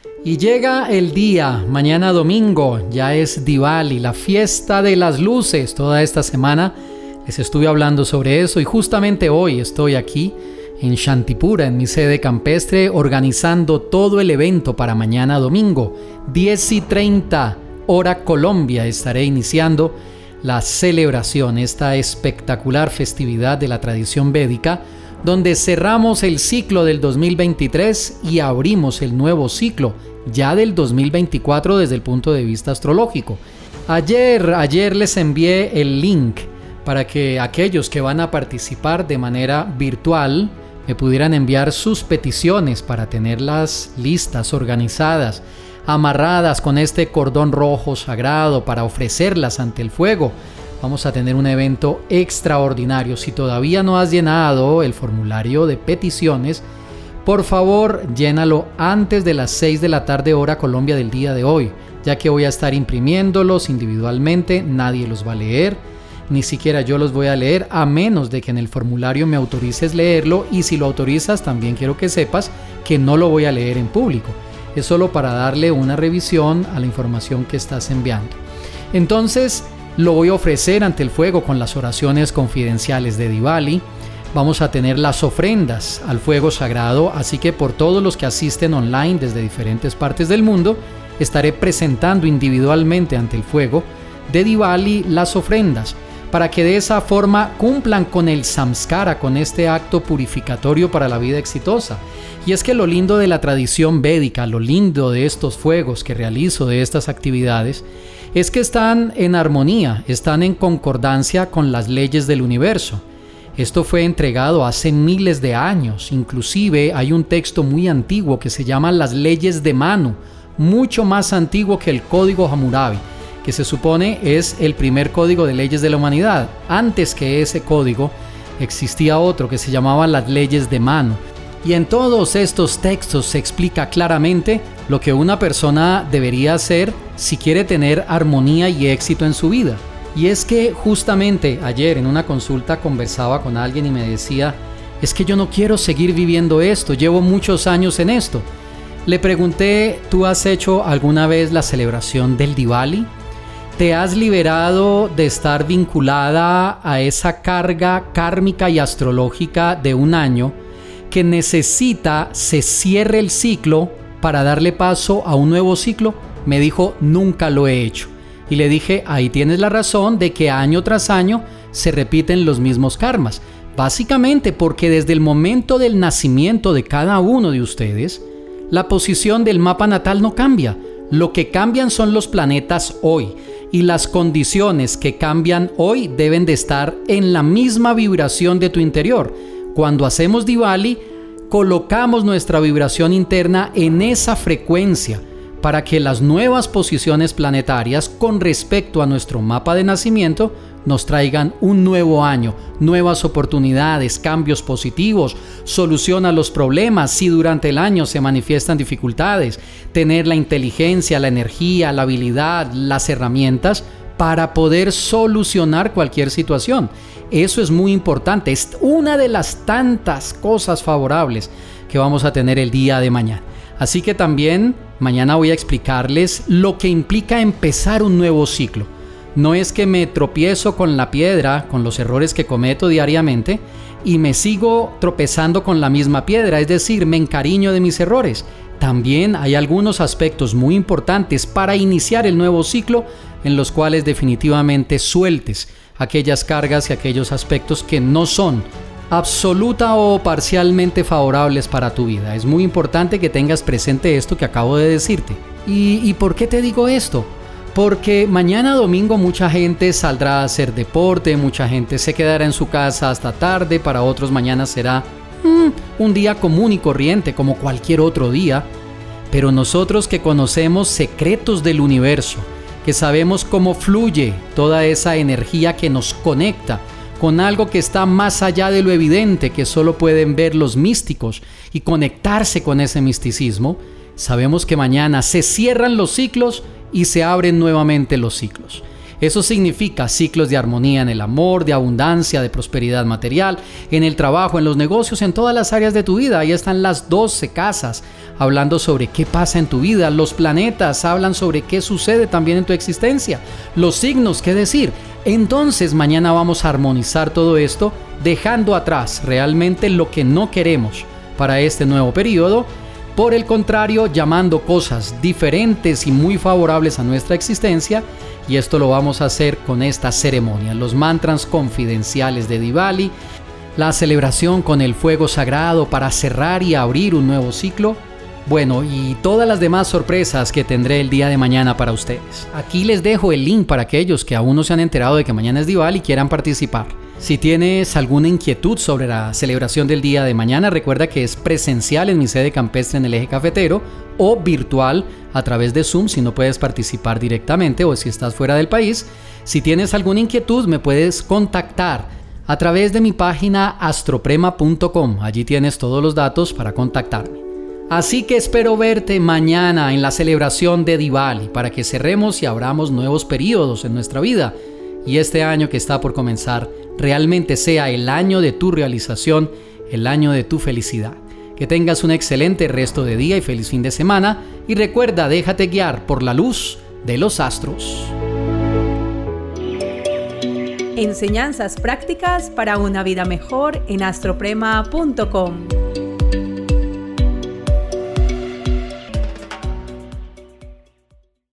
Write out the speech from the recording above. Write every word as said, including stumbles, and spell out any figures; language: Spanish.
Y llega el día, mañana domingo, ya es Diwali, la fiesta de las luces. Toda esta semana les estuve hablando sobre eso y justamente hoy estoy aquí en Shantipura, en mi sede campestre, organizando todo el evento para mañana domingo, diez y treinta, hora Colombia. Estaré iniciando la celebración, esta espectacular festividad de la tradición védica, donde cerramos el ciclo del dos mil veintitrés y abrimos el nuevo ciclo ya del dos mil veinticuatro desde el punto de vista astrológico. Ayer, ayer les envié el link para que aquellos que van a participar de manera virtual me pudieran enviar sus peticiones para tenerlas listas, organizadas, amarradas con este cordón rojo sagrado para ofrecerlas ante el fuego. Vamos a tener un evento extraordinario. Si todavía no has llenado el formulario de peticiones, por favor, llénalo antes de las seis de la tarde hora Colombia del día de hoy, ya que voy a estar imprimiéndolos individualmente, nadie los va a leer, ni siquiera yo los voy a leer, a menos de que en el formulario me autorices leerlo, y si lo autorizas también quiero que sepas que no lo voy a leer en público. Es solo para darle una revisión a la información que estás enviando. Entonces, lo voy a ofrecer ante el fuego con las oraciones confidenciales de Diwali. Vamos a tener las ofrendas al fuego sagrado, así que por todos los que asisten online desde diferentes partes del mundo, estaré presentando individualmente ante el fuego de Diwali las ofrendas, para que de esa forma cumplan con el samskara, con este acto purificatorio para la vida exitosa. Y es que lo lindo de la tradición védica, lo lindo de estos fuegos que realizo, de estas actividades, es que están en armonía, están en concordancia con las leyes del universo. Esto fue entregado hace miles de años, inclusive hay un texto muy antiguo que se llama Las Leyes de Manu, mucho más antiguo que el Código Hammurabi, que se supone es el primer código de leyes de la humanidad. Antes que ese código existía otro que se llamaba Las Leyes de Manu. Y en todos estos textos se explica claramente lo que una persona debería hacer si quiere tener armonía y éxito en su vida. Y es que justamente ayer en una consulta conversaba con alguien y me decía, es que yo no quiero seguir viviendo esto, llevo muchos años en esto. Le pregunté, ¿tú has hecho alguna vez la celebración del Diwali? ¿Te has liberado de estar vinculada a esa carga kármica y astrológica de un año que necesita se cierre el ciclo para darle paso a un nuevo ciclo? Me dijo, nunca lo he hecho. Y le dije, ahí tienes la razón de que año tras año se repiten los mismos karmas. Básicamente porque desde el momento del nacimiento de cada uno de ustedes, la posición del mapa natal no cambia. Lo que cambian son los planetas hoy. Y las condiciones que cambian hoy deben de estar en la misma vibración de tu interior. Cuando hacemos Diwali, colocamos nuestra vibración interna en esa frecuencia, para que las nuevas posiciones planetarias con respecto a nuestro mapa de nacimiento nos traigan un nuevo año, nuevas oportunidades, cambios positivos, solución a los problemas si durante el año se manifiestan dificultades, tener la inteligencia, la energía, la habilidad, las herramientas para poder solucionar cualquier situación. Eso es muy importante, es una de las tantas cosas favorables que vamos a tener el día de mañana. Así que también mañana voy a explicarles lo que implica empezar un nuevo ciclo. No es que me tropiezo con la piedra, con los errores que cometo diariamente, y me sigo tropezando con la misma piedra, es decir, me encariño de mis errores. También hay algunos aspectos muy importantes para iniciar el nuevo ciclo en los cuales definitivamente sueltes aquellas cargas y aquellos aspectos que no son absoluta o parcialmente favorables para tu vida. Es muy importante que tengas presente esto que acabo de decirte. ¿Y, y por qué te digo esto? Porque mañana domingo mucha gente saldrá a hacer deporte, mucha gente se quedará en su casa hasta tarde, para otros mañana será mm, un día común y corriente como cualquier otro día. Pero nosotros que conocemos secretos del universo, que sabemos cómo fluye toda esa energía que nos conecta con algo que está más allá de lo evidente, que solo pueden ver los místicos y conectarse con ese misticismo, sabemos que mañana se cierran los ciclos y se abren nuevamente los ciclos. Eso significa ciclos de armonía en el amor, de abundancia, de prosperidad material, en el trabajo, en los negocios, en todas las áreas de tu vida. Ahí están las doce casas hablando sobre qué pasa en tu vida. Los planetas hablan sobre qué sucede también en tu existencia. Los signos, qué decir. Entonces mañana vamos a armonizar todo esto, dejando atrás realmente lo que no queremos para este nuevo periodo. Por el contrario, llamando cosas diferentes y muy favorables a nuestra existencia, y esto lo vamos a hacer con esta ceremonia, los mantras confidenciales de Diwali, la celebración con el fuego sagrado para cerrar y abrir un nuevo ciclo, bueno, y todas las demás sorpresas que tendré el día de mañana para ustedes. Aquí les dejo el link para aquellos que aún no se han enterado de que mañana es Diwali y quieran participar. Si tienes alguna inquietud sobre la celebración del día de mañana, recuerda que es presencial en mi sede campestre en el Eje Cafetero o virtual a través de Zoom si no puedes participar directamente o si estás fuera del país. Si tienes alguna inquietud, me puedes contactar a través de mi página astroprema punto com. Allí tienes todos los datos para contactarme. Así que espero verte mañana en la celebración de Diwali para que cerremos y abramos nuevos periodos en nuestra vida y este año que está por comenzar realmente sea el año de tu realización, el año de tu felicidad. Que tengas un excelente resto de día y feliz fin de semana y recuerda, déjate guiar por la luz de los astros. Enseñanzas prácticas para una vida mejor en astroprema punto com.